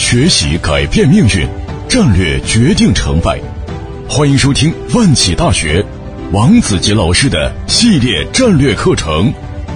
学习改变命运，战略决定成败。欢迎收听万企大学王子杰老师的系列战略课程。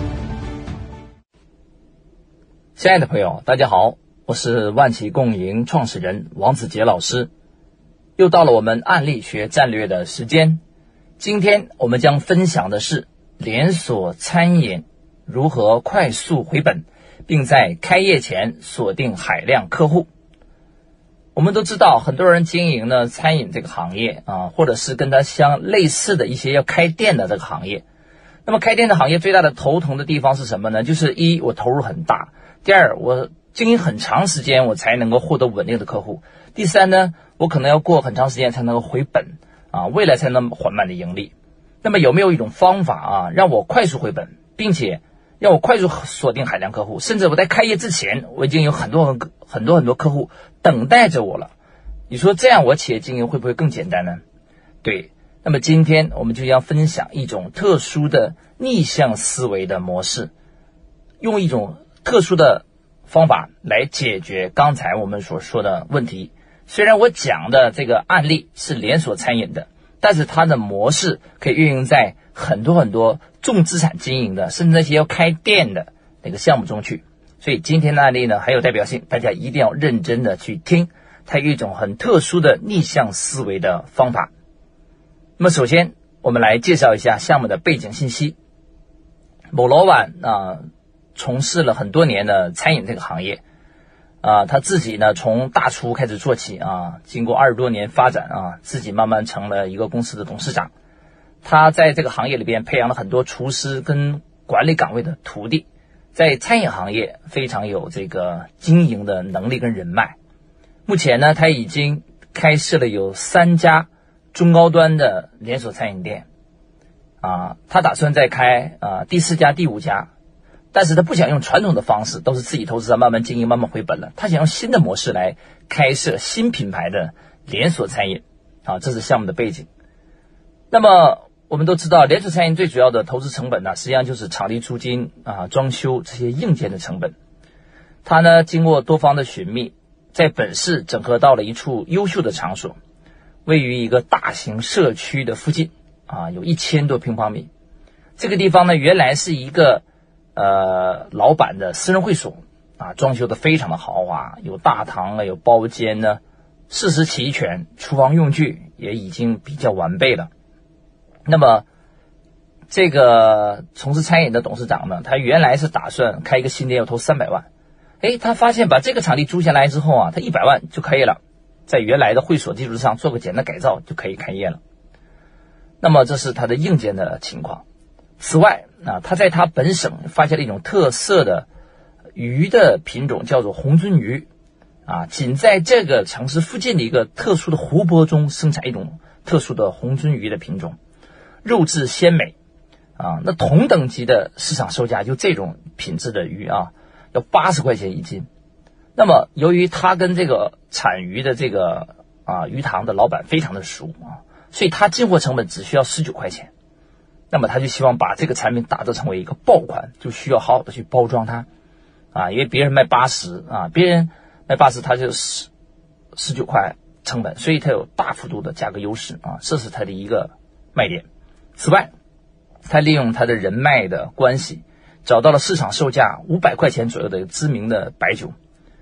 亲爱的朋友，大家好，我是万企共赢创始人王子杰老师。又到了我们案例学战略的时间。今天我们将分享的是连锁餐饮如何快速回本，并在开业前锁定海量客户。我们都知道，很多人经营呢餐饮这个行业或者是跟它相类似的一些要开店的这个行业。那么开店的行业最大的头疼的地方是什么呢？就是一，我投入很大；第二，我经营很长时间我才能够获得稳定的客户；第三呢，我可能要过很长时间才能够回本未来才能缓慢的盈利。那么有没有一种方法让我快速回本，并且让我快速锁定海量客户，甚至我在开业之前我已经有很多客户等待着我了？你说这样我企业经营会不会更简单呢？对，那么今天我们就要分享一种特殊的逆向思维的模式，用一种特殊的方法来解决刚才我们所说的问题。虽然我讲的这个案例是连锁餐饮的，但是它的模式可以运用在很多重资产经营的，甚至那些要开店的那个项目中去。所以今天的案例呢很有代表性，大家一定要认真的去听，它有一种很特殊的逆向思维的方法。那么首先我们来介绍一下项目的背景信息。某老板从事了很多年的餐饮这个行业他自己呢从大厨开始做起经过20多年发展自己慢慢成了一个公司的董事长。他在这个行业里边培养了很多厨师跟管理岗位的徒弟，在餐饮行业非常有这个经营的能力跟人脉。目前呢他已经开设了有3家中高端的连锁餐饮店他打算再开第4家第5家，但是他不想用传统的方式，都是自己投资慢慢经营慢慢回本了，他想用新的模式来开设新品牌的连锁餐饮这是项目的背景。那么我们都知道，连锁餐饮最主要的投资成本呢，实际上就是场地租金装修这些硬件的成本。他呢经过多方的寻觅，在本市整合到了一处优秀的场所，位于一个大型社区的附近有1000多平方米。这个地方呢原来是一个老板的私人会所装修的非常的豪华，有大堂有包间呢，事实齐全，厨房用具也已经比较完备了。那么这个从事餐饮的董事长呢，他原来是打算开一个新店要投300万，他发现把这个场地租下来之后他100万就可以了，在原来的会所基础上做个简单改造就可以开业了。那么这是他的硬件的情况。此外他在他本省发现了一种特色的鱼的品种，叫做红鳟鱼仅在这个城市附近的一个特殊的湖泊中生产一种特殊的红鳟鱼的品种，肉质鲜美那同等级的市场售价就这种品质的鱼要80块钱一斤。那么由于他跟这个产鱼的这个鱼塘的老板非常的熟所以他进货成本只需要19块钱。那么他就希望把这个产品打造成为一个爆款，就需要好好的去包装它因为别人卖80别人卖80他就19块成本，所以他有大幅度的价格优势这是他的一个卖点。此外他利用他的人脉的关系，找到了市场售价500块钱左右的知名的白酒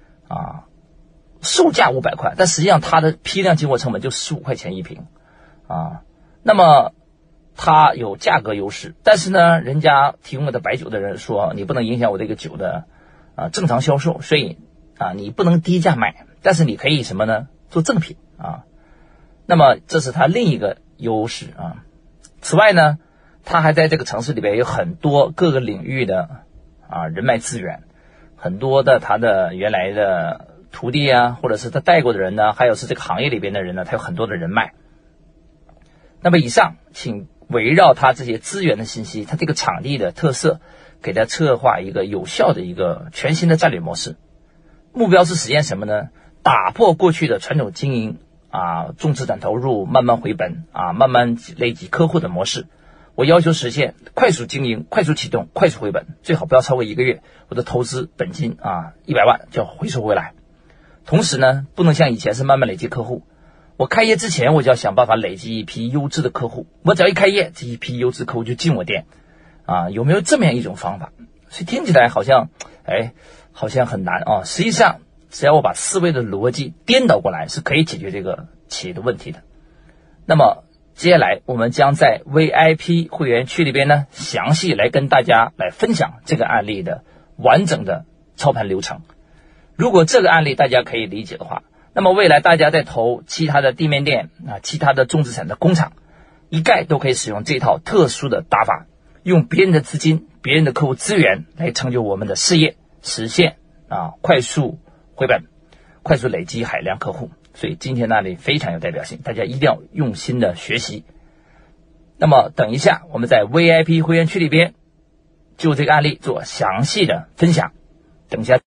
售价500块，但实际上他的批量进货成本就15块钱一瓶那么他有价格优势，但是呢人家提供的白酒的人说，你不能影响我这个酒的正常销售，所以你不能低价卖，但是你可以什么呢？做赠品那么这是他另一个优势此外呢，他还在这个城市里边有很多各个领域的人脉资源，很多的他的原来的徒弟或者是他带过的人呢，还有是这个行业里边的人呢，他有很多的人脉。那么以上请围绕他这些资源的信息，他这个场地的特色，给他策划一个有效的一个全新的战略模式。目标是实现什么呢？打破过去的传统经营重资产投入慢慢回本慢慢累积客户的模式。我要求实现快速经营、快速启动、快速回本，最好不要超过1个月，我的投资本金100万就要回收回来。 同时呢，不能像以前是慢慢累积客户。我开业之前，我就要想办法累积一批优质的客户。我只要一开业，这一批优质客户就进我店，有没有这么样一种方法？所以听起来好像很难啊。实际上，只要我把思维的逻辑颠倒过来，是可以解决这个企业的问题的。那么接下来我们将在 VIP 会员区里边呢，详细来跟大家来分享这个案例的完整的操盘流程。如果这个案例大家可以理解的话，那么未来大家在投其他的地面店其他的重资产的工厂，一概都可以使用这套特殊的打法，用别人的资金、别人的客户资源来成就我们的事业，实现快速回本，快速累积海量客户。所以今天的案例非常有代表性，大家一定要用心的学习。那么等一下我们在 VIP 会员区里边就这个案例做详细的分享，等一下